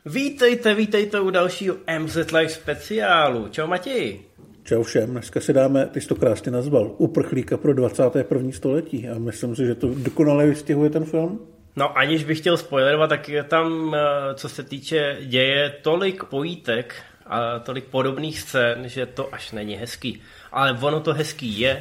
Vítejte u dalšího MZ Live speciálu. Čau Matěj. Čau všem, dneska si dáme, ty jsi to krásně nazval, uprchlíka pro 21. století a myslím si, že to dokonale vystihuje ten film. No aniž bych chtěl spoilerovat, tak je tam, co se týče děje, tolik pojítek a tolik podobných scén, že to až není hezký. Ale ono to hezký je.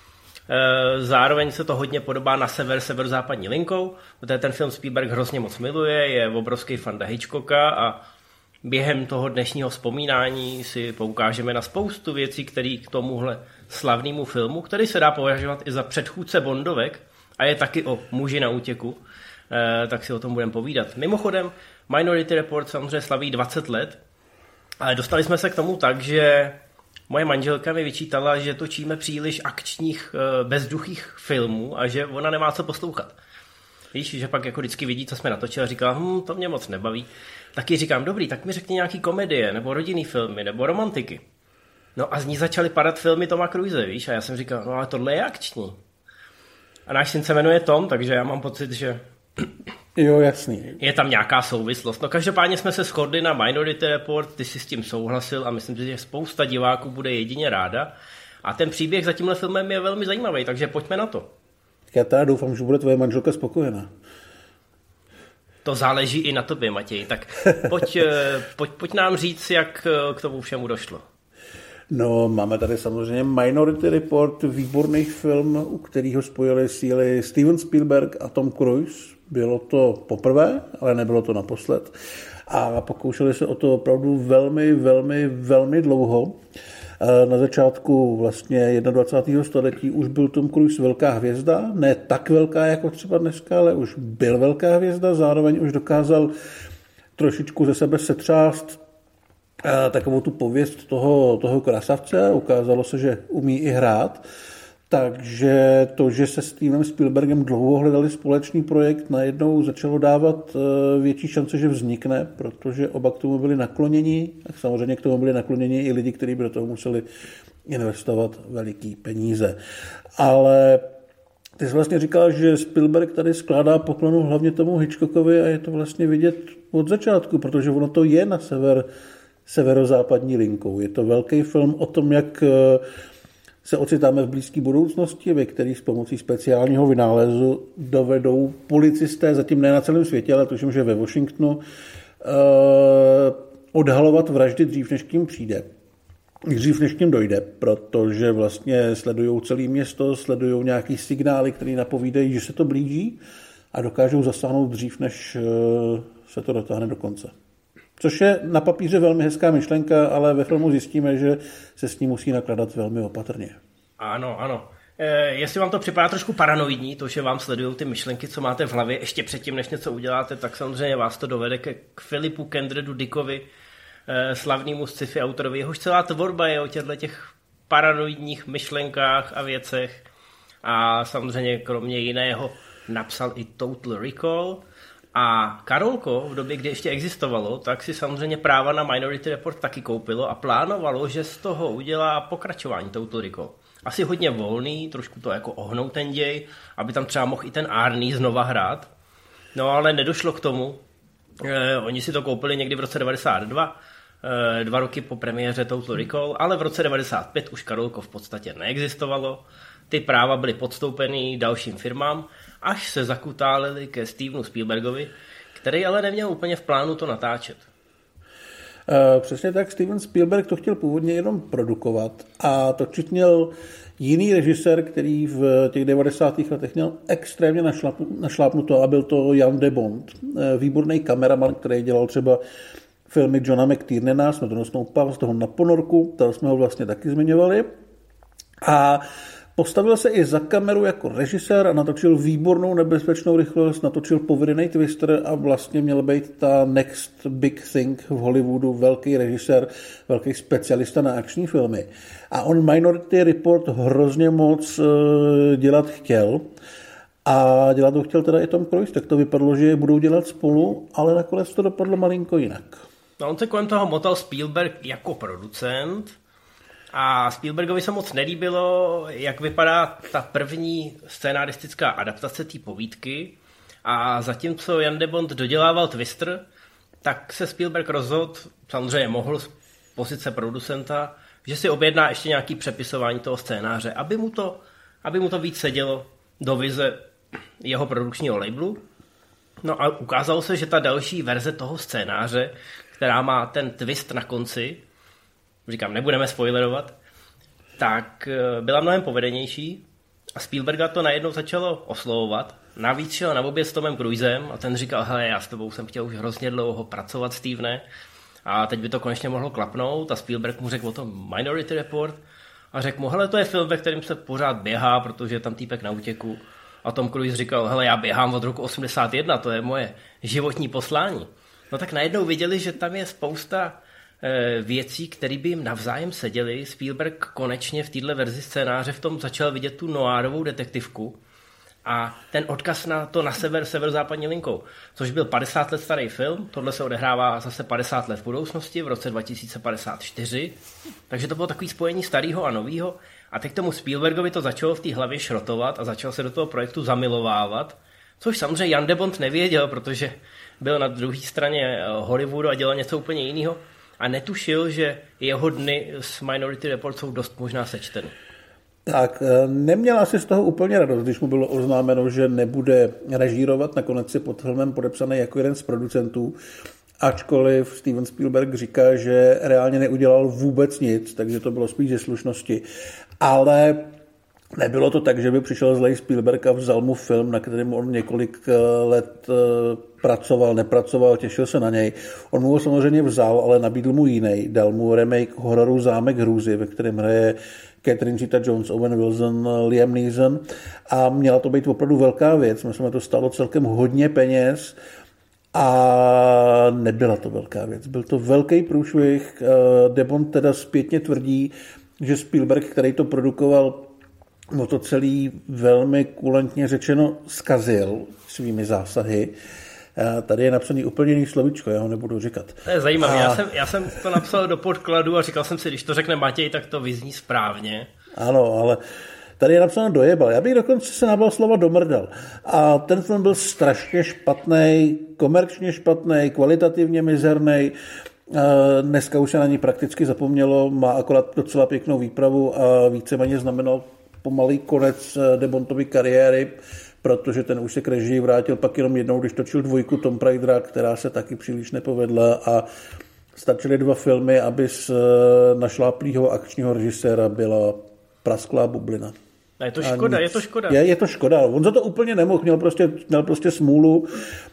Zároveň se to hodně podobá na severozápadní linkou, protože ten film Spielberg hrozně moc miluje, je obrovský fanda Hitchcocka a během toho dnešního vzpomínání si poukážeme na spoustu věcí, které k tomuhle slavnému filmu, který se dá považovat i za předchůdce Bondovek a je taky o muži na útěku, tak si o tom budeme povídat. Mimochodem, Minority Report samozřejmě slaví 20 let, ale dostali jsme se k tomu tak, že moje manželka mi vyčítala, že točíme příliš akčních, bezduchých filmů a že ona nemá co poslouchat. Víš, že pak jako vždycky vidí, co jsme natočili a říká, to mě moc nebaví. Tak jí říkám, dobrý, tak mi řekni nějaký komedie, nebo rodinný filmy, nebo romantiky. No a z ní začaly padat filmy Toma Cruise, víš, a já jsem říkal, no ale tohle je akční. A náš syn se jmenuje Tom, takže já mám pocit, že jo, jasný. Je tam nějaká souvislost. No každopádně jsme se shodli na Minority Report, ty jsi s tím souhlasil a myslím si, že spousta diváků bude jedině ráda. A ten příběh za tímhle filmem je velmi zajímavý, takže pojďme na to. Já teda doufám, že bude tvoje manželka spokojená. To záleží i na tobě, Matěj. Tak pojď nám říct, jak k tomu všemu došlo. No, máme tady samozřejmě Minority Report, výborný film, u kterého spojili síly Steven Spielberg a Tom Cruise. Bylo to poprvé, ale nebylo to naposled. A pokoušeli se o to opravdu velmi dlouho. Na začátku vlastně 21. století už byl Tom Cruise velká hvězda, ne tak velká jako třeba dneska, ale už byl velká hvězda, zároveň už dokázal trošičku ze sebe setřást takovou tu pověst toho krasavce, ukázalo se, že umí i hrát, takže to, že se Stevenem Spielbergem dlouho hledali společný projekt, najednou začalo dávat větší šance, že vznikne, protože oba k tomu byli nakloněni, a samozřejmě k tomu byli nakloněni i lidi, kteří by do toho museli investovat veliký peníze. Ale ty jsi vlastně říkal, že Spielberg tady skládá poklonu hlavně tomu Hitchcockovi a je to vlastně vidět od začátku, protože ono to je na severozápadní linkou. Je to velký film o tom, jak se ocitáme v blízké budoucnosti, ve který s pomocí speciálního vynálezu dovedou policisté, zatím ne na celém světě, ale tuším, že ve Washingtonu, odhalovat vraždy dřív, než k ním dojde, protože vlastně sledují celé město, sledují nějaký signály, které napovídají, že se to blíží a dokážou zasáhnout dřív, než se to dotáhne do konce. Což je na papíře velmi hezká myšlenka, ale ve filmu zjistíme, že se s ní musí nakladat velmi opatrně. Ano. Jestli vám to připadá trošku paranoidní, to, že vám sledují ty myšlenky, co máte v hlavě ještě předtím, než něco uděláte, tak samozřejmě vás to dovede k Philipu Kendredu Dickovi, slavnému sci-fi autorovi. Jehož celá tvorba je o těch paranoidních myšlenkách a věcech. A samozřejmě kromě jiného napsal i Total Recall. A Karolko v době, kdy ještě existovalo, tak si samozřejmě práva na Minority Report taky koupilo a plánovalo, že z toho udělá pokračování Total Recall. Asi hodně volný, trošku to jako ohnout ten děj, aby tam třeba mohl i ten Arnie znova hrát. No ale nedošlo k tomu. Oni si to koupili někdy v roce 92, 2 roky po premiéře Total Recall, ale v roce 95 už Karolko v podstatě neexistovalo. Ty práva byly podstoupeny dalším firmám, až se zakutálili ke Stevenu Spielbergovi, který ale neměl úplně v plánu to natáčet. Přesně tak, Steven Spielberg to chtěl původně jenom produkovat a točit měl jiný režisér, který v těch 90. letech měl extrémně našlápnuto a byl to Jan de Bont, výborný kameraman, který dělal třeba filmy Johna McTiernana, Smrtonosnou past, toho Na ponorku, tam jsme ho vlastně taky zmiňovali. A postavil se i za kameru jako režisér a natočil výbornou Nebezpečnou rychlost, natočil Povedený twister a vlastně měl být ta next big thing v Hollywoodu, velký režisér, velký specialista na akční filmy. A on Minority Report hrozně moc dělat chtěl a dělat to chtěl teda i Tom Cruise, tak to vypadlo, že je budou dělat spolu, ale nakonec to dopadlo malinko jinak. No on se kolem toho motal Spielberg jako producent a Spielbergovi se moc nelíbilo, jak vypadá ta první scénaristická adaptace té povídky a zatímco Jan de Bont dodělával Twister, tak se Spielberg rozhodl, samozřejmě mohl z pozice producenta, že si objedná ještě nějaký přepisování toho scénáře, aby mu to víc sedělo do vize jeho produkčního labelu. No a ukázalo se, že ta další verze toho scénáře, která má ten twist na konci, říkám, nebudeme spoilerovat, tak byla mnohem povedenější a Spielberga to najednou začalo oslovovat. Navíc šel na oběd s Tomem Cruisem a ten říkal, hele, já s tebou jsem chtěl už hrozně dlouho pracovat, Stevene, a teď by to konečně mohlo klapnout a Spielberg mu řekl o tom Minority Report a řekl mu, hele, to je film, ve kterém se pořád běhá, protože je tam týpek na útěku. A Tom Cruise říkal, hele, já běhám od roku 81, to je moje životní poslání. No tak najednou viděli, že tam je spousta věcí, které by jim navzájem seděly. Spielberg konečně v této verzi scénáře v tom začal vidět tu noárovou detektivku a ten odkaz na to na severozápadní linkou, což byl 50 let starý film, tohle se odehrává zase 50 let v budoucnosti, v roce 2054, takže to bylo takový spojení starého a nového a teď tomu Spielbergovi to začalo v té hlavě šrotovat a začal se do toho projektu zamilovávat, což samozřejmě Jan de Bont nevěděl, protože byl na druhé straně Hollywoodu a dělal něco úplně jiného a netušil, že jeho dny s Minority Report jsou dost možná sečteny. Tak, neměl asi z toho úplně radost, když mu bylo oznámeno, že nebude režírovat, nakonec si pod filmem podepsaný jako jeden z producentů, ačkoliv Steven Spielberg říká, že reálně neudělal vůbec nic, takže to bylo spíš ze slušnosti. Ale nebylo to tak, že by přišel zlej Spielberg a vzal mu film, na kterém on několik let nepracoval, těšil se na něj. On mu ho samozřejmě vzal, ale nabídl mu jiný. Dal mu remake hororu Zámek hrůzy, ve kterém hraje Catherine Zeta-Jones, Owen Wilson, Liam Neeson a měla to být opravdu velká věc. Myslím, že to stálo celkem hodně peněz a nebyla to velká věc. Byl to velký průšvih. De Bont teda zpětně tvrdí, že Spielberg, který to produkoval, mu to celý velmi kulantně řečeno zkazil svými zásahy. Tady je napsaný úplně jiný slovíčko, já ho nebudu říkat. To je zajímavé, já jsem to napsal do podkladu a říkal jsem si, když to řekne Matěj, tak to vyzní správně. Ano, ale tady je napsáno dojebal. Já bych dokonce se nabal slova domrdal. A ten film byl strašně špatný, komerčně špatný, kvalitativně mizerný. Dneska už se na ní prakticky zapomnělo, má akorát docela pěknou výpravu a víceméně znamenal pomalý konec de Bontovy kariéry, protože ten už se k režii vrátil pak jenom jednou, když točil 2 Tomb Raidera, která se taky příliš nepovedla a stačily 2 filmy, aby z našláplýho akčního režiséra byla prasklá bublina. A je to škoda, je to škoda. Je to škoda. On za to úplně nemohl, měl prostě smůlu,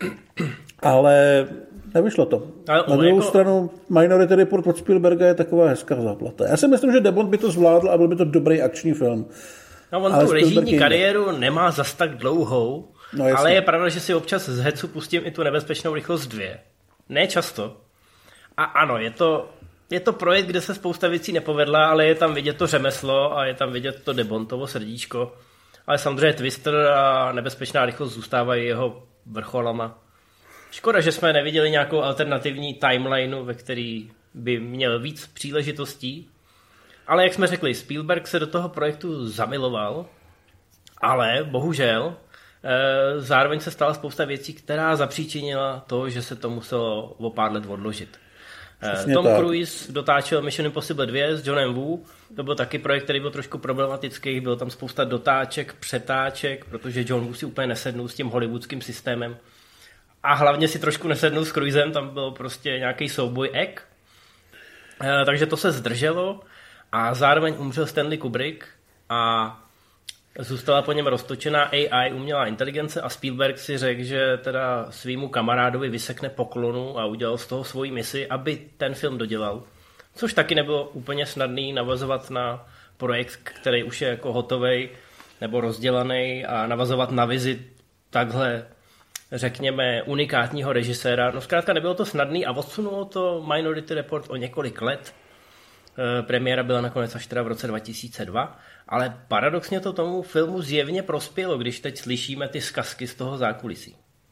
ale nevyšlo to. Na druhou stranu Minority Report od Spielberga je taková hezká záplata. Já si myslím, že de Bont by to zvládl a byl by to dobrý akční film. No, on tu režijní kariéru nemá zas tak dlouhou, no, ale je pravda, že si občas z hecu pustím i tu Nebezpečnou rychlost 2. Ne často. A ano, je to projekt, kde se spousta věcí nepovedla, ale je tam vidět to řemeslo a je tam vidět to de Bontovo srdíčko. Ale samozřejmě Twister a Nebezpečná rychlost zůstávají jeho vrcholama. Škoda, že jsme neviděli nějakou alternativní timelineu, ve který by měl víc příležitostí. Ale jak jsme řekli, Spielberg se do toho projektu zamiloval, ale bohužel zároveň se stala spousta věcí, která zapříčinila to, že se to muselo o pár let odložit. Tom Cruise dotáčel Mission Impossible 2 s Johnem Woo. To byl taky projekt, který byl trošku problematický. Bylo tam spousta dotáček, přetáček, protože John Woo si úplně nesednul s tím hollywoodským systémem. A hlavně si trošku nesednul s Cruisem, tam byl prostě nějaký souboj ek. Takže to se zdrželo a zároveň umřel Stanley Kubrick a zůstala po něm roztočená AI, umělá inteligence a Spielberg si řekl, že teda svýmu kamarádovi vysekne poklonu a udělal z toho svoji misi, aby ten film dodělal. Což taky nebylo úplně snadný navazovat na projekt, který už je jako hotovej nebo rozdělaný a navazovat na vizi takhle, řekněme, unikátního režiséra. No zkrátka nebylo to snadný a odsunulo to Minority Report o několik let. Premiéra byla nakonec až teda v roce 2002, ale paradoxně to tomu filmu zjevně prospělo, když teď slyšíme ty zkazky z toho zákulisí.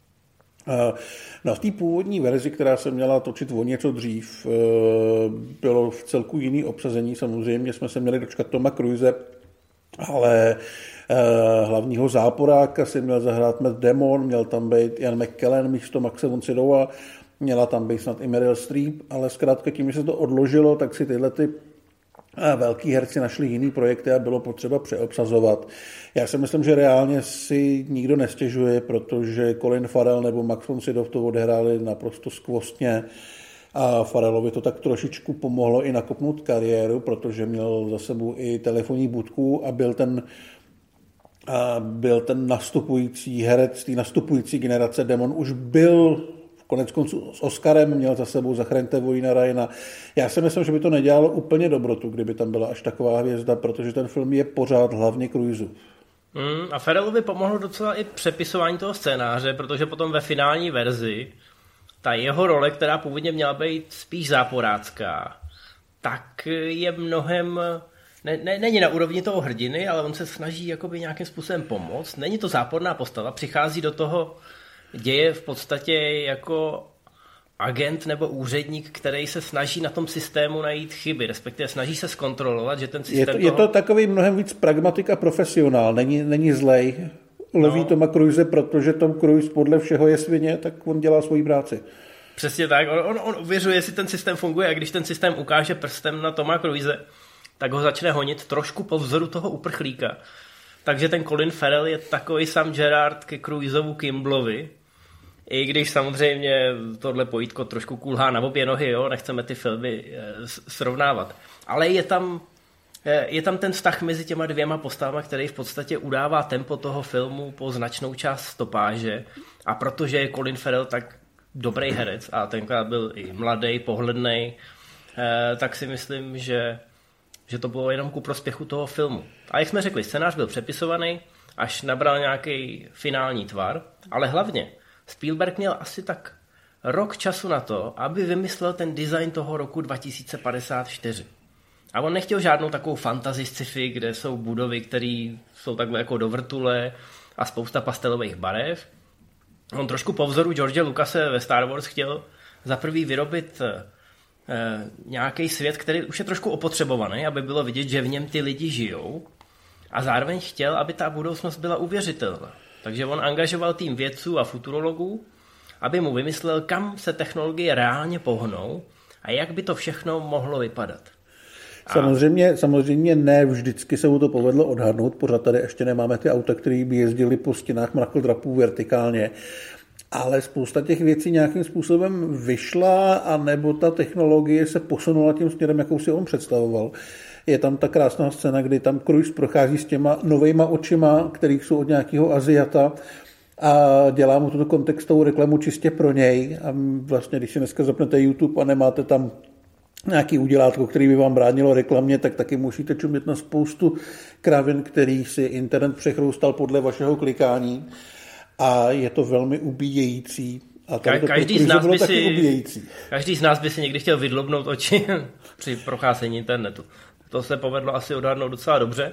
No, v té původní verzi, která se měla točit o něco dřív, bylo v celku jiný obsazení. Samozřejmě jsme se měli dočkat Toma Cruise, ale hlavního záporáka si měl zahrát Matt Damon, měl tam být Ian McKellen místo Maxe von Sydowa měla tam být snad i Meryl Streep, ale zkrátka tím, že se to odložilo, tak si tyhle ty velký herci našli jiný projekty a bylo potřeba přeobsazovat. Já si myslím, že reálně si nikdo nestěžuje, protože Colin Farrell nebo Max von Sydow to odehráli naprosto skvostně a Farrellovi to tak trošičku pomohlo i nakopnout kariéru, protože měl za sebou i telefonní budku a byl ten nastupující herec, té nastupující generace. Damon už byl koneckonců s Oscarem, měl za sebou Zachraňte vojína Ryana. Já si myslím, že by to nedělalo úplně dobrotu, kdyby tam byla až taková hvězda, protože ten film je pořád hlavně Cruiseův. A Farrellovi pomohlo docela i přepisování toho scénáře, protože potom ve finální verzi ta jeho role, která původně měla být spíš záporácká, tak je mnohem... Není na úrovni toho hrdiny, ale on se snaží jakoby nějakým způsobem pomoct. Není to záporná postava, přichází do toho děje v podstatě jako agent nebo úředník, který se snaží na tom systému najít chyby, respektive snaží se zkontrolovat, že ten systém... Je to takový mnohem víc pragmatik a profesionál, není zlej. Loví Toma Cruise, protože Tom Cruise podle všeho je svině, tak on dělá svoji práci. Přesně tak, on uvěřuje, jestli ten systém funguje a když ten systém ukáže prstem na Toma Cruise, tak ho začne honit trošku po vzoru toho uprchlíka. Takže ten Colin Farrell je takový Sam Gerard ke Cruisovu Kimblovi, i když samozřejmě tohle pojítko trošku kulhá na obě nohy, jo? Nechceme ty filmy srovnávat. Ale je tam ten vztah mezi těma dvěma postavami, který v podstatě udává tempo toho filmu po značnou část stopáže. A protože je Colin Farrell tak dobrý herec a tenkrát byl i mladý, pohlednej, tak si myslím, že to bylo jenom ku prospěchu toho filmu. A jak jsme řekli, scénář byl přepisovaný, až nabral nějaký finální tvar, ale hlavně Spielberg měl asi tak rok času na to, aby vymyslel ten design toho roku 2054. A on nechtěl žádnou takovou fantasy sci-fi, kde jsou budovy, které jsou takhle jako do vrtule a spousta pastelových barev. On trošku po vzoru George Lucase ve Star Wars chtěl za prvý vyrobit nějaký svět, který už je trošku opotřebovaný, aby bylo vidět, že v něm ty lidi žijou, a zároveň chtěl, aby ta budoucnost byla uvěřitelná. Takže on angažoval tým vědců a futurologů, aby mu vymyslel, kam se technologie reálně pohnou a jak by to všechno mohlo vypadat. Samozřejmě ne vždycky se mu to povedlo odhadnout, pořád tady ještě nemáme ty auta, které by jezdily po stěnách mrakodrapů vertikálně, ale spousta těch věcí nějakým způsobem vyšla, anebo ta technologie se posunula tím směrem, jakou si on představoval. Je tam ta krásná scéna, kdy tam Cruise prochází s těma novejma očima, kterých jsou od nějakého Aziata, a dělá mu tuto kontextovou reklamu čistě pro něj. A vlastně, když si dneska zapnete YouTube a nemáte tam nějaký udělátko, který by vám bránilo reklamě, tak taky musíte čumět na spoustu kravin, který si internet přechroustal podle vašeho klikání. A je to velmi ubíjející. A každý z nás by si někdy chtěl vydlobnout oči při procházení internetu. To se povedlo asi odhadnout docela dobře.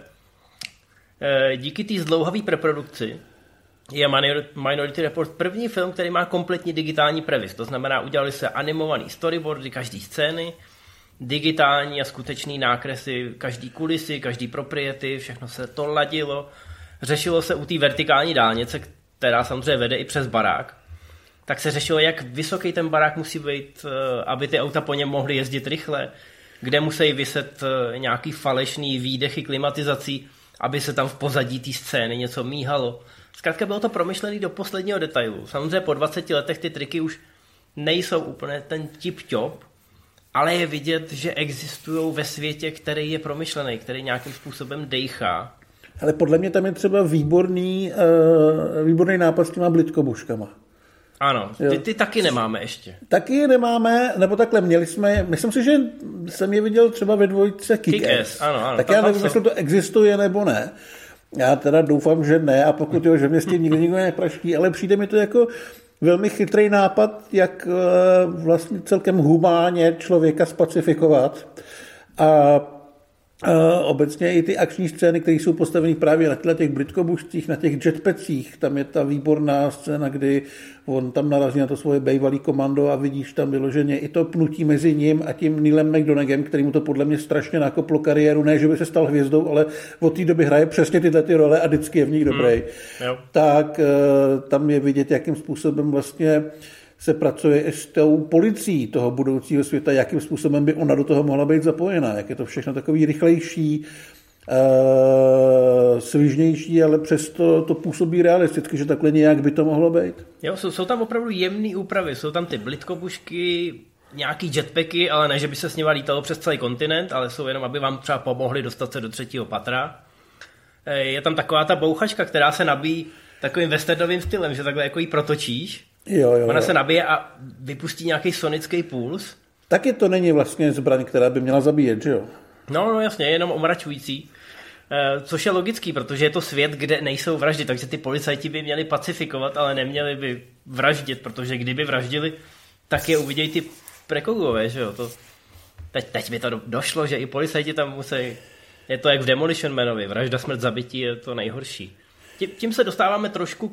Díky té zdlouhavé preprodukci je Minority Report první film, který má kompletní digitální previs. To znamená, udělali se animovaný storyboardy každý scény, digitální a skutečný nákresy každý kulisy, každý propriety, všechno se to ladilo. Řešilo se u té vertikální dálnice, která samozřejmě vede i přes barák. Tak se řešilo, jak vysoký ten barák musí být, aby ty auta po něm mohly jezdit rychle, kde musí vyset nějaký falešný výdechy klimatizací, aby se tam v pozadí té scény něco míhalo. Zkrátka bylo to promyšlené do posledního detailu. Samozřejmě po 20 letech ty triky už nejsou úplně ten tip-top, ale je vidět, že existují ve světě, který je promyšlený, který nějakým způsobem dejchá. Ale podle mě tam je třeba výborný nápad s těma blitkobuškama. Ano, ty taky nemáme ještě. Taky je nemáme, nebo takhle měli jsme, myslím si, že jsem je viděl třeba ve dvojce Kick-Ass. Ano, tak já nevím, jestli to existuje nebo ne. Já teda doufám, že ne, a pokud jo, že mě s tím nikdo nepraští, ale přijde mi to jako velmi chytrý nápad, jak vlastně celkem humánně člověka spacifikovat. A obecně i ty akční scény, které jsou postaveny právě na těch blitkobušcích, na těch jetpackích, tam je ta výborná scéna, kdy on tam narazí na to svoje bývalý komando a vidíš tam vyloženě i to pnutí mezi ním a tím Neilem McDonaghem, který mu to podle mě strašně nakoplo kariéru, ne, že by se stal hvězdou, ale od té doby hraje přesně tyhle ty role a vždycky je v nich dobrý. Tak tam je vidět, jakým způsobem vlastně se pracuje i s tou policií toho budoucího světa, jakým způsobem by ona do toho mohla být zapojená, jak je to všechno takový rychlejší, svižnější, ale přesto to působí realisticky, že takhle nějak by to mohlo být. Jo, jsou tam opravdu jemné úpravy, jsou tam ty blitkopušky, nějaký jetpacky, ale ne, že by se s nimi lítalo přes celý kontinent, ale jsou jenom, aby vám třeba pomohli dostat se do 3. patra. Je tam taková ta bouchačka, která se nabíjí takovým westernovým stylem, že takhle jako ji protočíš. Jo. Ona se nabije a vypustí nějaký sonický puls. Taky to není vlastně zbraň, která by měla zabíjet, že jo? No jasně, jenom omračující. Což je logický, protože je to svět, kde nejsou vraždy, takže ty policajti by měli pacifikovat, ale neměli by vraždit, protože kdyby vraždili, tak je uvidějí ty prekogové, že jo? Teď mi to došlo, že i policajti tam musí. Je to jak v Demolition Manovi, vražda, smrt, zabití je to nejhorší. Tím se dostáváme trošku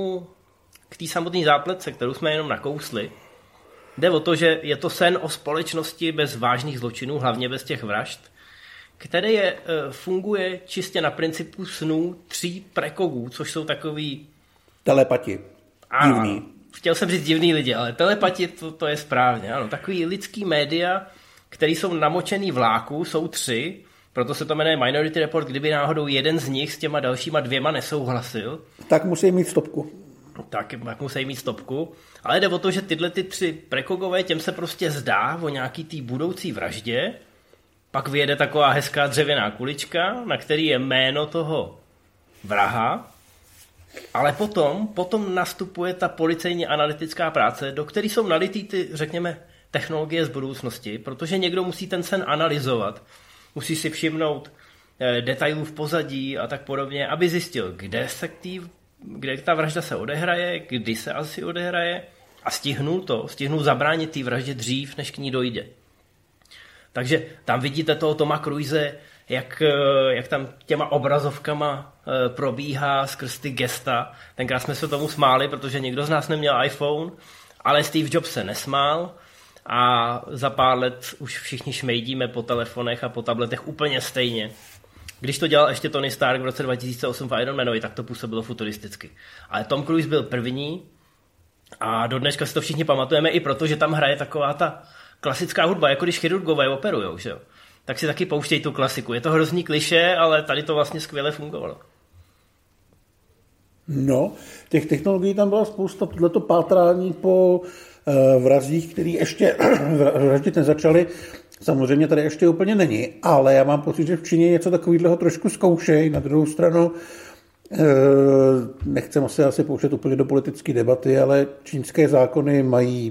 k té samotné zápletce, kterou jsme jenom nakousli. Jde o to, že je to sen o společnosti bez vážných zločinů, hlavně bez těch vražd, který funguje čistě na principu snů 3 prekogů, což jsou takový... Telepati. Ano, chtěl jsem říct divný lidi, ale telepati to je správně. Ano, takový lidský média, který jsou namočený v láku, jsou 3, proto se to jmenuje Minority Report, kdyby náhodou jeden z nich s těma dalšíma 2 nesouhlasil. Tak musí mít stopku. Tak musí mít stopku. Ale jde o to, že tyhle 3 prekogové, těm se prostě zdá o nějaký té budoucí vraždě. Pak vyjede taková hezká dřevěná kulička, na který je jméno toho vraha. Ale potom nastupuje ta policejně analytická práce, do které jsou nalitý ty, řekněme, technologie z budoucnosti, protože někdo musí ten sen analyzovat. Musí si všimnout detailů v pozadí a tak podobně, aby zjistil, kde ta vražda se odehraje, kdy se asi odehraje a stihnul zabránit té vraždě dřív, než k ní dojde. Takže tam vidíte toho Toma Cruise, jak tam těma obrazovkama probíhá skrz ty gesta. Tenkrát jsme se tomu smáli, protože nikdo z nás neměl iPhone, ale Steve Jobs se nesmál a za pár let už všichni šmejdíme po telefonech a po tabletech úplně stejně. Když to dělal ještě Tony Stark v roce 2008 v Iron Manovi, tak to působilo futuristicky. Ale Tom Cruise byl první a do dneška si to všichni pamatujeme i proto, že tam hraje taková ta klasická hudba, jako když chirurgové operujou, že jo? Tak si taky pouštějí tu klasiku. Je to hrozný klišé, ale tady to vlastně skvěle fungovalo. No, těch technologií tam byla spousta, tohleto pátrání po vrazích, který ještě vraždit nezačali, samozřejmě tady ještě úplně není, ale já mám pocit, že v Číně něco takového trošku zkoušej. Na druhou stranu nechceme se asi pouštět úplně do politické debaty, ale čínské zákony mají,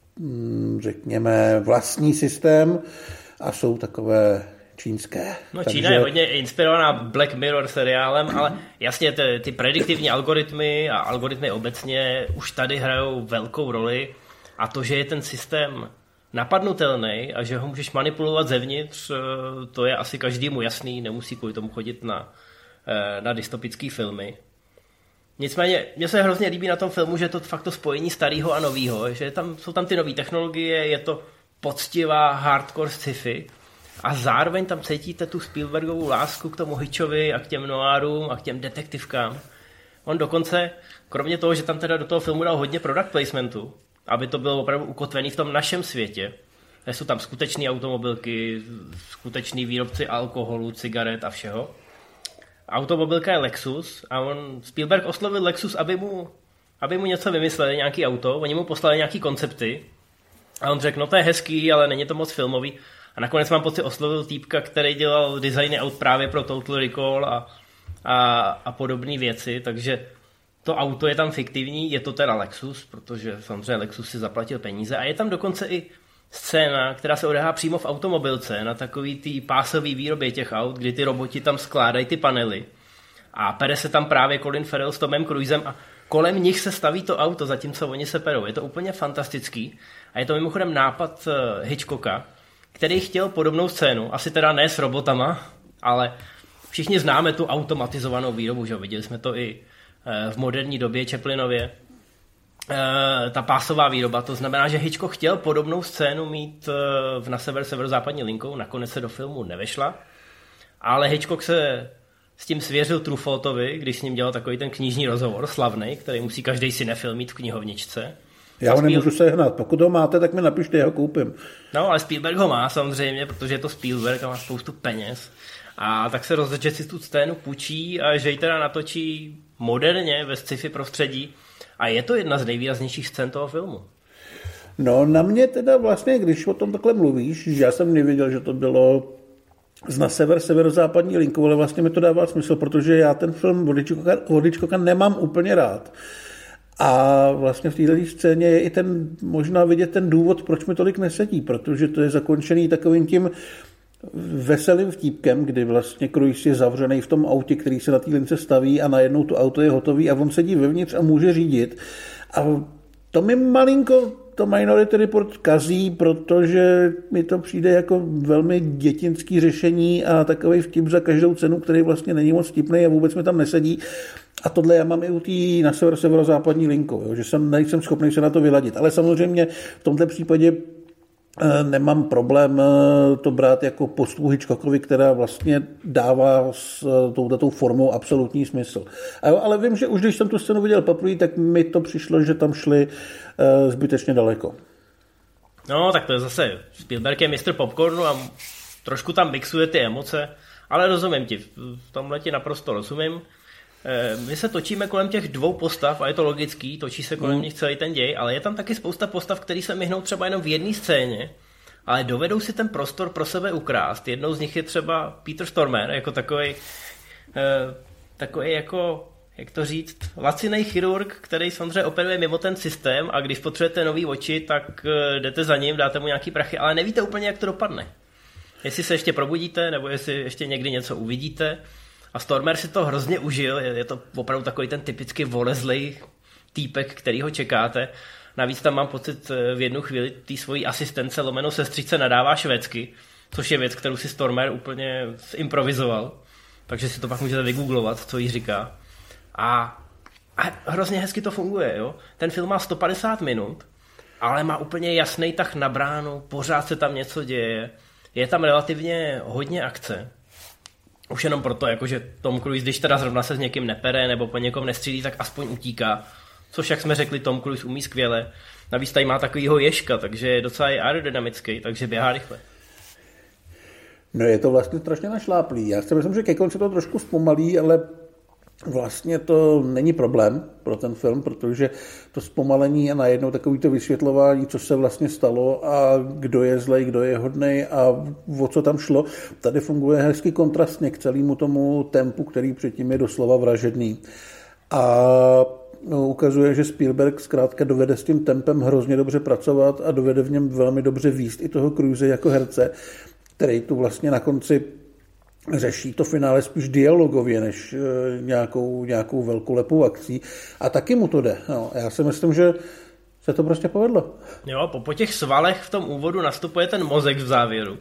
řekněme, vlastní systém a jsou takové čínské. No Čína je hodně inspirovaná Black Mirror seriálem, ale jasně ty prediktivní algoritmy a algoritmy obecně už tady hrajou velkou roli a to, že je ten systém napadnutelný a že ho můžeš manipulovat zevnitř, to je asi každému jasný, nemusí kvůli tomu chodit na dystopické filmy. Nicméně, mně se hrozně líbí na tom filmu, že je to fakt to spojení starého a nového, že jsou tam ty nové technologie, je to poctivá hardcore sci-fi a zároveň tam cítíte tu Spielbergovou lásku k tomu Hitchovi a k těm noárům a k těm detektivkám. On dokonce, kromě toho, že tam teda do toho filmu dal hodně product placementu, aby to bylo opravdu ukotvený v tom našem světě, jsou tam skutečné automobilky, skuteční výrobci alkoholu, cigaret a všeho. Automobilka je Lexus a Spielberg oslovil Lexus, aby mu něco vymysleli, nějaký auto, oni mu poslali nějaký koncepty a on řekl, no to je hezký, ale není to moc filmový. A nakonec mám pocit oslovil týpka, který dělal designy aut právě pro Total Recall a podobné věci, takže to auto je tam fiktivní, je to teda Lexus, protože samozřejmě Lexus si zaplatil peníze a je tam dokonce i scéna, která se odehrává přímo v automobilce, na takový tý pásový výrobě těch aut, kdy ty roboti tam skládají ty panely a pere se tam právě Colin Farrell s Tomem Cruisem a kolem nich se staví to auto, zatímco oni se perou. Je to úplně fantastický a je to mimochodem nápad Hitchcocka, který chtěl podobnou scénu, asi teda ne s robotama, ale všichni známe tu automatizovanou výrobu, že viděli jsme to i v moderní době Chaplinově. Ta pásová výroba, to znamená, že Hitchcock chtěl podobnou scénu mít na severozápadní linkou, nakonec se do filmu nevešla, ale Hitchcock se s tím svěřil Truffautovi, když s ním dělal takový ten knižní rozhovor slavnej, který musí každý cinefil mít v knihovničce. Já ho nemůžu sehnat. Pokud ho máte, tak mi napište, já ho koupím. No, ale Spielberg ho má samozřejmě, protože je to Spielberg a má spoustu peněz. A tak se rozhodl, že si tu scénu půjčí a že ji teda natočí moderně ve sci-fi prostředí. A je to jedna z nejvýraznějších scén toho filmu. No, na mě teda vlastně, když o tom takhle mluvíš, že já jsem nevěděl, že to bylo na severozápadní linku, ale vlastně mi to dává smysl, protože já ten film od Hitchcocka nemám úplně rád. A vlastně v této scéně je i ten, možná vidět ten důvod, proč mi tolik nesedí, protože to je zakončený takovým tím veselým vtípkem, kdy vlastně Cruise je zavřený v tom autě, který se na té lince staví a najednou to auto je hotový a on sedí vevnitř a může řídit. A to mi malinko to Minority Report kazí, protože mi to přijde jako velmi dětinský řešení a takový vtip za každou cenu, který vlastně není moc vtipný a vůbec mi tam nesedí. A tohle já mám i u té na severozápadní linku, jo, že nejsem schopný se na to vyladit. Ale samozřejmě v tomto případě nemám problém to brát jako postup Hitchcockovi, která vlastně dává s touto formou absolutní smysl. Ale vím, že už když jsem tu scénu viděl poprvé, tak mi to přišlo, že tam šli zbytečně daleko. No, tak to je zase, Spielberg je mistr popcornu a trošku tam mixuje ty emoce, ale rozumím ti, v tomhle ti naprosto rozumím. My se točíme kolem těch dvou postav a je to logický, točí se kolem nich celý ten děj, ale je tam taky spousta postav, který se myhnou třeba jenom v jedné scéně, ale dovedou si ten prostor pro sebe ukrást. Jednou z nich je třeba Peter Stormare, jako takový jako, jak to říct, lacinej chirurg, který samozřejmě operuje mimo ten systém a když potřebujete nový oči, tak jdete za ním, dáte mu nějaký prachy, ale nevíte úplně, jak to dopadne. Jestli se ještě probudíte, nebo jestli ještě někdy něco uvidíte. A Stormer si to hrozně užil, je to opravdu takový ten typicky volezlej týpek, který ho čekáte. Navíc tam mám pocit v jednu chvíli té svojí asistence lomeno sestřičce nadává švédsky, což je věc, kterou si Stormer úplně improvizoval. Takže si to pak můžete vygooglovat, co jí říká. A hrozně hezky to funguje, jo. Ten film má 150 minut, ale má úplně jasný tah na bránu, pořád se tam něco děje, je tam relativně hodně akce. Už jenom proto, jakože Tom Cruise, když teda zrovna se s někým nepere nebo po někom nestřílí, tak aspoň utíká. Což, jak jsme řekli, Tom Cruise umí skvěle. Navíc tady má takovýho ježka, takže je docela i aerodynamický, takže běhá rychle. No je to vlastně strašně našláplý. Já si myslím, že ke konci to trošku zpomalí, ale vlastně to není problém pro ten film, protože to zpomalení a najednou takovýto vysvětlování, co se vlastně stalo a kdo je zlej, kdo je hodnej a o co tam šlo, tady funguje hezky kontrastně k celému tomu tempu, který předtím je doslova vražedný. A ukazuje, že Spielberg zkrátka dovede s tím tempem hrozně dobře pracovat a dovede v něm velmi dobře vést i toho Cruise jako herce, který tu vlastně na konci řeší to finále spíš dialogově, než nějakou velkolepou akcí. A taky mu to jde. No, já si myslím, že se to prostě povedlo. Jo, po těch svalech v tom úvodu nastupuje ten mozek v závěru,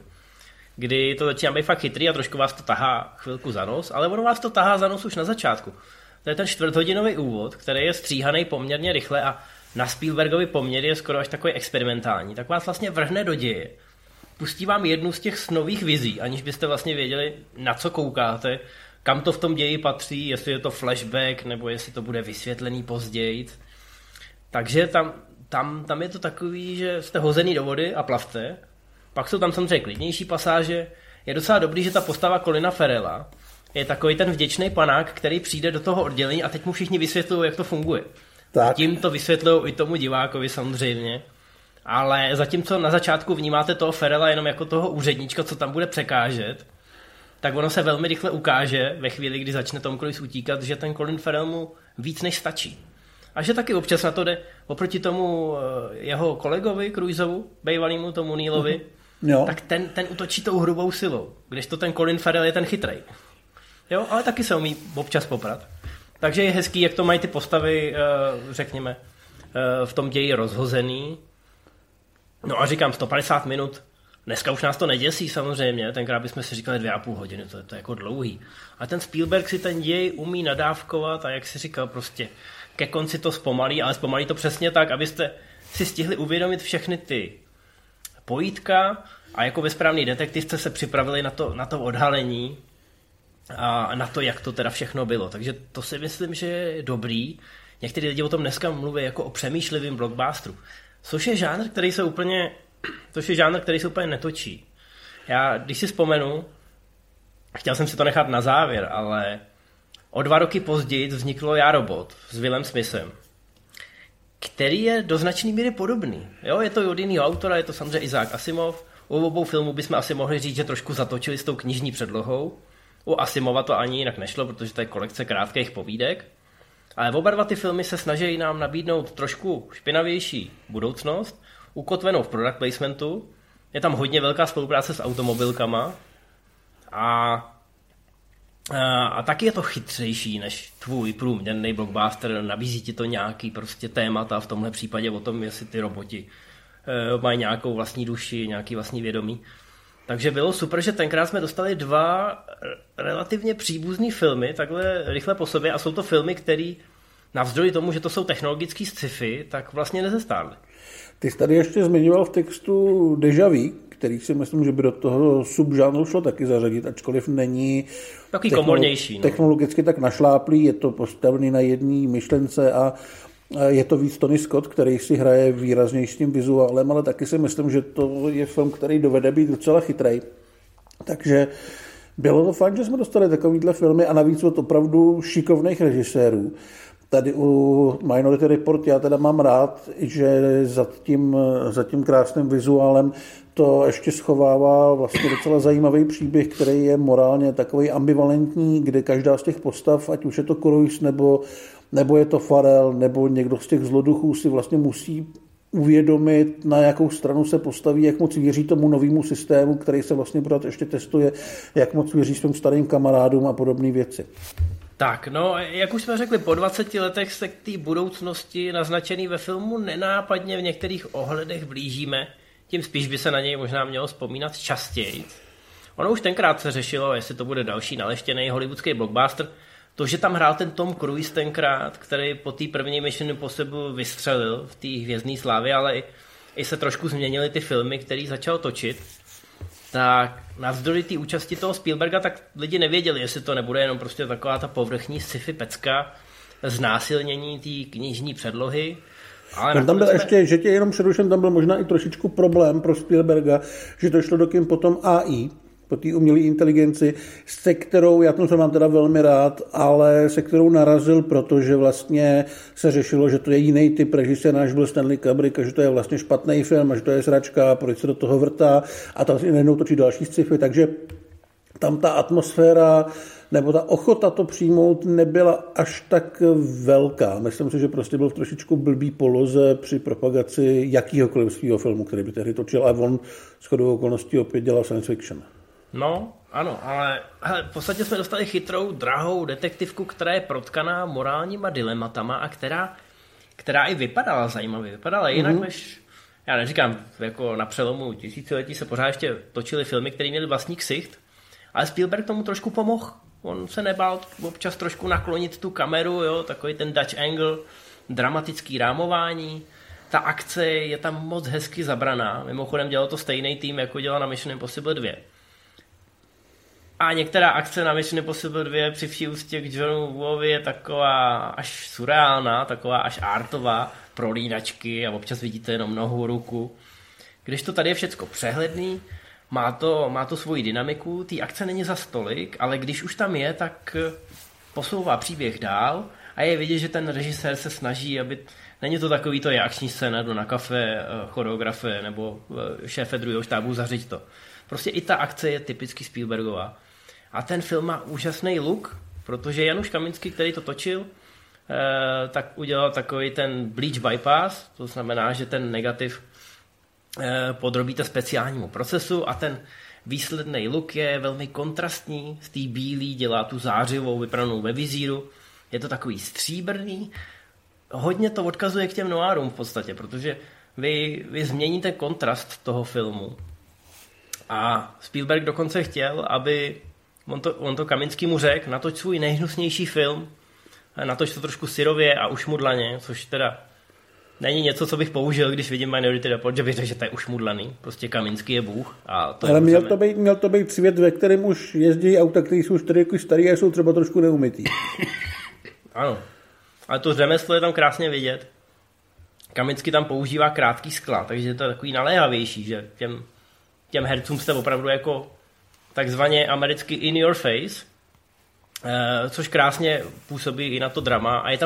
kdy to začíná být fakt chytrý a trošku vás to tahá chvilku za nos, ale ono vás to tahá za nos už na začátku. To je ten 4hodinový úvod, který je stříhaný poměrně rychle a na Spielbergovi poměr je skoro až takový experimentální. Tak vás vlastně vrhne do děje. Pustí vám jednu z těch snových vizí, aniž byste vlastně věděli, na co koukáte, kam to v tom ději patří, jestli je to flashback, nebo jestli to bude vysvětlený později. Takže tam je to takový, že jste hozený do vody a plavte. Pak jsou tam samozřejmě klidnější pasáže. Je docela dobrý, že ta postava Colina Farrella je takový ten vděčný panák, který přijde do toho oddělení a teď mu všichni vysvětlují, jak to funguje. Tak. Tím to vysvětlují i tomu divákovi samozřejmě. Ale zatímco na začátku vnímáte toho Farrella jenom jako toho úředníčka, co tam bude překážet, tak ono se velmi rychle ukáže ve chvíli, kdy začne Tom Cruise utíkat, že ten Colin Farrell mu víc než stačí. A že taky občas na to jde oproti tomu jeho kolegovi Cruiseovu, bývalýmu tomu Nealovi, tak ten utočí tou hrubou silou, kdežto ten Colin Farrell je ten chytrej. Jo, ale taky se umí občas poprat. Takže je hezký, jak to mají ty postavy, řekněme, v tom ději rozhozený. No a říkám, 150 minut, dneska už nás to neděsí samozřejmě, tenkrát bychom si říkali 2,5 hodiny, to je jako dlouhý. A ten Spielberg si ten děj umí nadávkovat a jak si říkal, prostě ke konci to zpomalí, ale zpomalí to přesně tak, abyste si stihli uvědomit všechny ty pojítka a jako ve správný detektivce se připravili na to odhalení a na to, jak to teda všechno bylo. Takže to si myslím, že je dobrý. někteří lidi o tom dneska mluví jako o přemýšlivém blockbusteru. Což je žánr, který se úplně netočí. Já, když si vzpomenu, chtěl jsem si to nechat na závěr, ale o 2 roky později vzniklo Já, robot s Willem Smithem, který je do značné míry podobný. Jo, je to od jiného autora, je to samozřejmě Isaac Asimov. U obou filmů bychom asi mohli říct, že trošku zatočili s tou knižní předlohou. U Asimova to ani jinak nešlo, protože to je kolekce krátkých povídek. Ale oba dva ty filmy se snaží nám nabídnout trošku špinavější budoucnost, ukotvenou v product placementu. Je tam hodně velká spolupráce s automobilkama a taky je to chytřejší než tvůj průměrný blockbuster. Nabízí ti to nějaký prostě témata, v tomhle případě o tom, jestli ty roboti mají nějakou vlastní duši, nějaký vlastní vědomí. Takže bylo super, že tenkrát jsme dostali 2 relativně příbuzný filmy, takhle rychle po sobě, a jsou to filmy, které navzdory tomu, že to jsou technologický sci-fi, tak vlastně nezestárly. Ty jsi tady ještě zmiňoval v textu Déjà Vu, který si myslím, že by do toho subžánru šlo taky zařadit, ačkoliv není takový komornější, technologicky tak našláplý, je to postavený na jedné myšlence a je to víc Tony Scott, který si hraje výraznějším vizuálem, ale taky si myslím, že to je film, který dovede být docela chytrej. Takže bylo to fajn, že jsme dostali takovýhle filmy a navíc od opravdu šikovných režisérů. Tady u Minority Report já teda mám rád, že za tím krásným vizuálem to ještě schovává vlastně docela zajímavý příběh, který je morálně takový ambivalentní, kde každá z těch postav, ať už je to Cruise nebo je to Farrell, nebo někdo z těch zloduchů si vlastně musí uvědomit, na jakou stranu se postaví, jak moc věří tomu novému systému, který se vlastně pořád ještě testuje, jak moc věří svým starým kamarádům a podobné věci. Tak, no, jak už jsme řekli, po 20 letech se k té budoucnosti naznačený ve filmu nenápadně v některých ohledech blížíme, tím spíš by se na něj možná mělo vzpomínat častěji. Ono už tenkrát se řešilo, jestli to bude další naleštěný hollywoodský blockbuster. To, že tam hrál ten Tom Cruise tenkrát, který po té první Mission Impossible vystřelil v té hvězdné slávě, ale i se trošku změnily ty filmy, který začal točit, tak navzdory té účasti toho Spielberga, tak lidi nevěděli, jestli to nebude jenom prostě taková ta povrchní sci-fi pecka, znásilnění té knižní předlohy. Ale tam byl ještě, že tě jenom přerušen, tam byl možná i trošičku problém pro Spielberga, že to šlo dokým potom AI, po té umělé inteligenci, se kterou, já ten film mám teda velmi rád, ale se kterou narazil, protože vlastně se řešilo, že to je jiný typ režiséra, než byl Stanley Kubrick, a že to je vlastně špatný film, a že to je sračka, proč se do toho vrtá a tam si najednou točí další sci-fi, takže tam ta atmosféra nebo ta ochota to přijmout nebyla až tak velká. Myslím si, že prostě byl v trošičku blbý poloze při propagaci jakýhokoliv svého filmu, který by tehdy točil, a on shodou okolností opět dělal science fiction. No, ano, ale v podstatě jsme dostali chytrou, drahou detektivku, která je protkaná morálníma dilematama a která i vypadala zajímavě. Vypadala jinak, než, já neříkám, jako na přelomu tisíciletí se pořád ještě točily filmy, které měly vlastní ksicht, ale Spielberg tomu trošku pomohl. On se nebál občas trošku naklonit tu kameru, jo, takový ten Dutch angle, dramatický rámování. Ta akce je tam moc hezky zabraná. Mimochodem dělal to stejný tým, jako dělal na Mission Impossible 2. A některá akce na Mission Impossible 2 při vší úctě k Johnu Woovi je taková až surreálná, taková až artová, prolínačky a občas vidíte jenom nohu, ruku. Když to tady je všecko přehledný, má to svoji dynamiku, té akce není za stolik, ale když už tam je, tak posouvá příběh dál a je vidět, že ten režisér se snaží, aby není to takový to je akční scéna, jdu na kafe, choreografie nebo šéfe druhého štábu, zařiď to. Prostě i ta akce je typicky Spielbergová. A ten film má úžasný look, protože Januš Kaminský, který to točil, tak udělal takový ten bleach bypass, to znamená, že ten negativ podrobíte speciálnímu procesu a ten výsledný look je velmi kontrastní, z té bílý dělá tu zářivou vypranou ve vizíru, je to takový stříbrný, hodně to odkazuje k těm noárům v podstatě, protože vy změníte kontrast toho filmu a Spielberg dokonce chtěl, aby on to Kaminskýmu řekl, natoč svůj nejhnusnější film, natoč to trošku syrově a ušmudlaně, což teda není něco, co bych použil, když vidím Minority Report, že bych řekl, že to je ušmudlaný. Prostě Kaminský je bůh. A to ale měl to být svět, ve kterém už jezdí auta, které jsou starý a jsou třeba trošku neumytý. Ano. Ale to řemeslo je tam krásně vidět. Kaminsky tam používá krátký skla, takže to je takový naléhavější, že těm hercům jste opravdu jako takzvaně americky in your face, což krásně působí i na to drama a je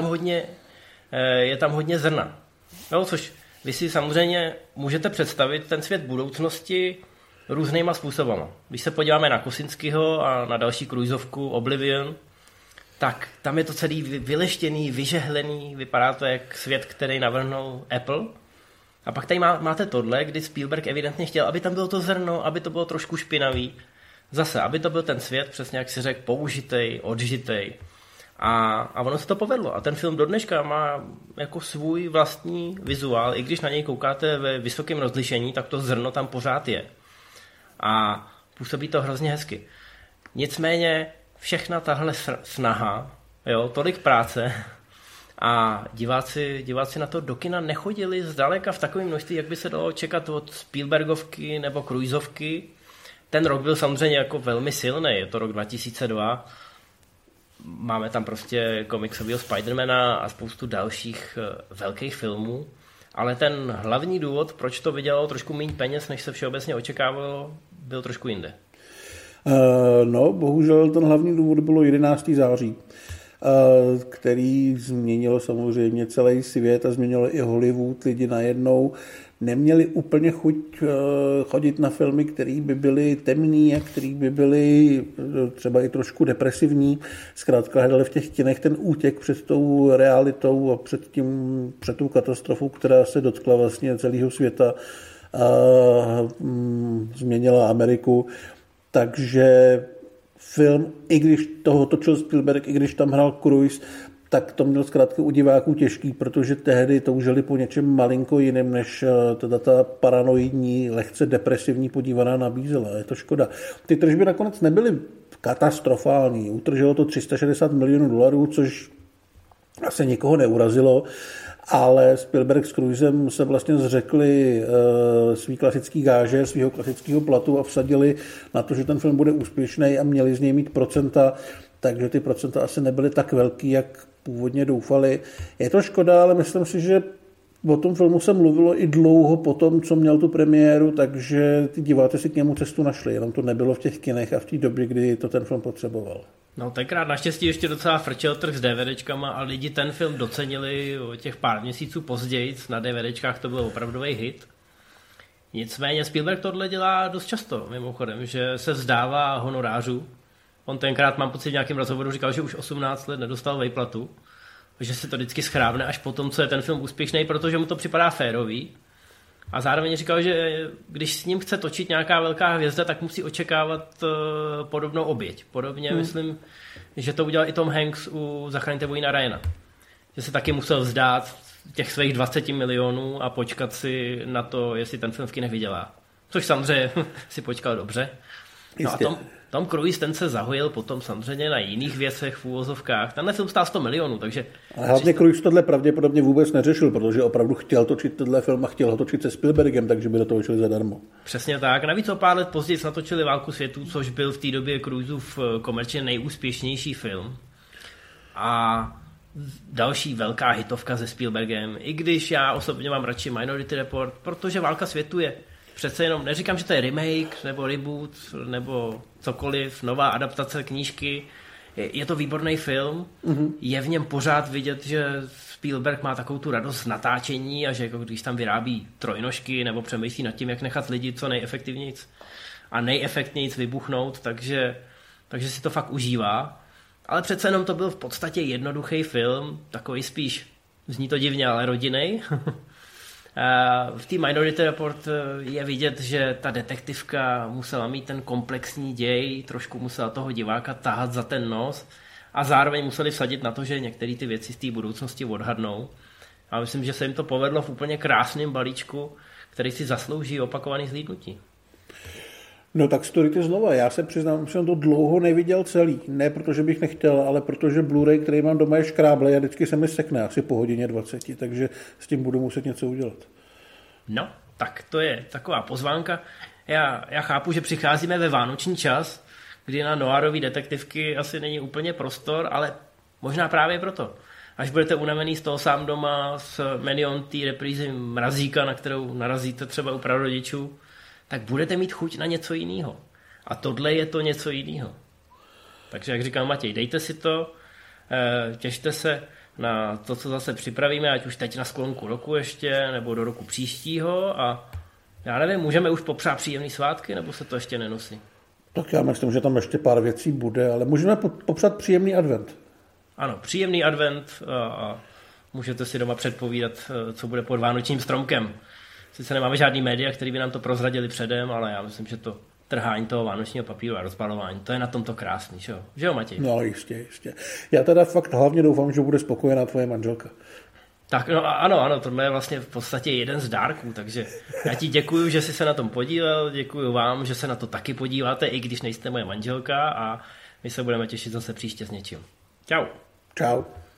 tam hodně zrna. No, což vy si samozřejmě můžete představit ten svět budoucnosti různýma způsobama. Když se podíváme na Kosinskiho a na další krujzovku Oblivion, tak tam je to celý vyleštěný, vyžehlený, vypadá to jak svět, který navrhnul Apple. A pak tady máte tohle, kdy Spielberg evidentně chtěl, aby tam bylo to zrno, aby to bylo trošku špinavý. Zase, aby to byl ten svět, přesně jak si řekl, použitej, odžitej. A ono se to povedlo. A ten film do dneška má jako svůj vlastní vizuál. I když na něj koukáte ve vysokém rozlišení, tak to zrno tam pořád je. A působí to hrozně hezky. Nicméně všechna tahle snaha, jo, tolik práce a diváci na to do kina nechodili zdaleka v takovém množství, jak by se dalo čekat od Spielbergovky nebo Cruiseovky. Ten rok byl samozřejmě jako velmi silný, je to rok 2002. Máme tam prostě komiksového Spidermana a spoustu dalších velkých filmů, ale ten hlavní důvod, proč to vydělalo trošku méně peněz, než se všeobecně očekávalo, byl trošku jinde. No, bohužel ten hlavní důvod bylo 11. září, který změnilo samozřejmě celý svět a změnilo i Hollywood. Lidi najednou neměli úplně chuť chodit na filmy, které by byly temný a které by byly třeba i trošku depresivní. Zkrátka hledali v těch kinech ten útěk před tou realitou a před tou katastrofou, která se dotkla vlastně celého světa a změnila Ameriku. Takže film, i když toho točil Spielberg, i když tam hrál Cruise, tak to měl zkrátka u diváků těžký, protože tehdy toužili po něčem malinko jiném, než teda ta paranoidní, lehce depresivní podívaná nabízela. Je to škoda. Ty tržby nakonec nebyly katastrofální. Utržilo to $360 milionů, což asi nikoho neurazilo, ale Spielberg s Cruisem se vlastně zřekli svý klasický gáže, svého klasického platu a vsadili na to, že ten film bude úspěšný a měli z něj mít procenta, takže ty procenta asi nebyly tak velký, jak původně doufali. Je to škoda, ale myslím si, že o tom filmu se mluvilo i dlouho po tom, co měl tu premiéru, takže ty diváci si k němu cestu našli, jenom to nebylo v těch kinech a v té době, kdy to ten film potřeboval. No tenkrát naštěstí ještě docela frčel trh s DVDčkama a lidi ten film docenili o těch pár měsíců později. Na DVDčkách to byl opravdový hit. Nicméně Spielberg tohle dělá dost často, mimochodem, že se vzdává honorářů. On tenkrát, mám pocit, v nějakém rozhovoru říkal, že už 18 let nedostal vejplatu, že se to vždycky schrávne až po tom, co je ten film úspěšný, protože mu to připadá férový. A zároveň říkal, že když s ním chce točit nějaká velká hvězda, tak musí očekávat podobnou oběť. Podobně myslím, že to udělal i Tom Hanks u Zachraňte vojína Ryana. Že se taky musel vzdát těch svých 20 milionů a počkat si na to, jestli ten film v kinech vydělá. Což samozřejmě si počkal dobře. No a Tom Cruise, ten se zahojil potom samozřejmě na jiných věcech v úvozovkách. Tenhle film stál 100 milionů, takže... A hlavně Cruise tohle pravděpodobně vůbec neřešil, protože opravdu chtěl točit tenhle film a chtěl ho točit se Spielbergem, takže by do toho šli zadarmo. Přesně tak. Navíc o pár let později natočili Válku světů, což byl v té době Cruiseův komerčně nejúspěšnější film. A další velká hitovka se Spielbergem, i když já osobně mám radši Minority Report, protože Válka světů je přece jenom, neříkám, že to je remake, nebo reboot, nebo cokoliv, nová adaptace knížky, je to výborný film, je v něm pořád vidět, že Spielberg má takovou tu radost z natáčení a že jako když tam vyrábí trojnožky nebo přemýšlí nad tím, jak nechat lidi co nejefektivnějc a nejefektnějc vybuchnout, takže si to fakt užívá. Ale přece jenom to byl v podstatě jednoduchý film, takový spíš, zní to divně, ale rodinnej. V té Minority Report je vidět, že ta detektivka musela mít ten komplexní děj, trošku musela toho diváka tahat za ten nos a zároveň museli vsadit na to, že některé ty věci z té budoucnosti odhadnou. A myslím, že se jim to povedlo v úplně krásném balíčku, který si zaslouží opakovaný zhlídnutí. No tak storyte znova. Já se přiznám, že jsem to dlouho neviděl celý. Ne protože bych nechtěl, ale protože Blu-ray, který mám doma, je škráble a vždycky se mi sekne asi po hodině 20, takže s tím budu muset něco udělat. No, tak to je taková pozvánka. Já chápu, že přicházíme ve vánoční čas, kdy na noirové detektivky asi není úplně prostor, ale možná právě proto. až budete unavený z toho sám doma s menion té reprízy Mrazíka, na kterou narazíte třeba u prarodičů, tak budete mít chuť na něco jiného. A tohle je to něco jiného. Takže jak říkal Matěj, dejte si to, těšte se na to, co zase připravíme, ať už teď na sklonku roku ještě, nebo do roku příštího a já nevím, můžeme už popřát příjemný svátky, nebo se to ještě nenosí? Tak já myslím, že tam ještě pár věcí bude, ale můžeme popřát příjemný advent. Ano, příjemný advent a můžete si doma předpovídat, co bude pod vánočním stromkem. Sice nemáme žádný média, který by nám to prozradili předem, ale já myslím, že to trhání toho vánočního papíru a rozbalování, to je na tomto krásný, že jo Matěj? No jistě. Já teda fakt hlavně doufám, že bude spokojená tvoje manželka. Tak no ano, tohle je vlastně v podstatě jeden z dárků, takže já ti děkuju, že jsi se na tom podílel, děkuju vám, že se na to taky podíváte, i když nejste moje manželka a my se budeme těšit zase příště s něčím. Čau. Čau.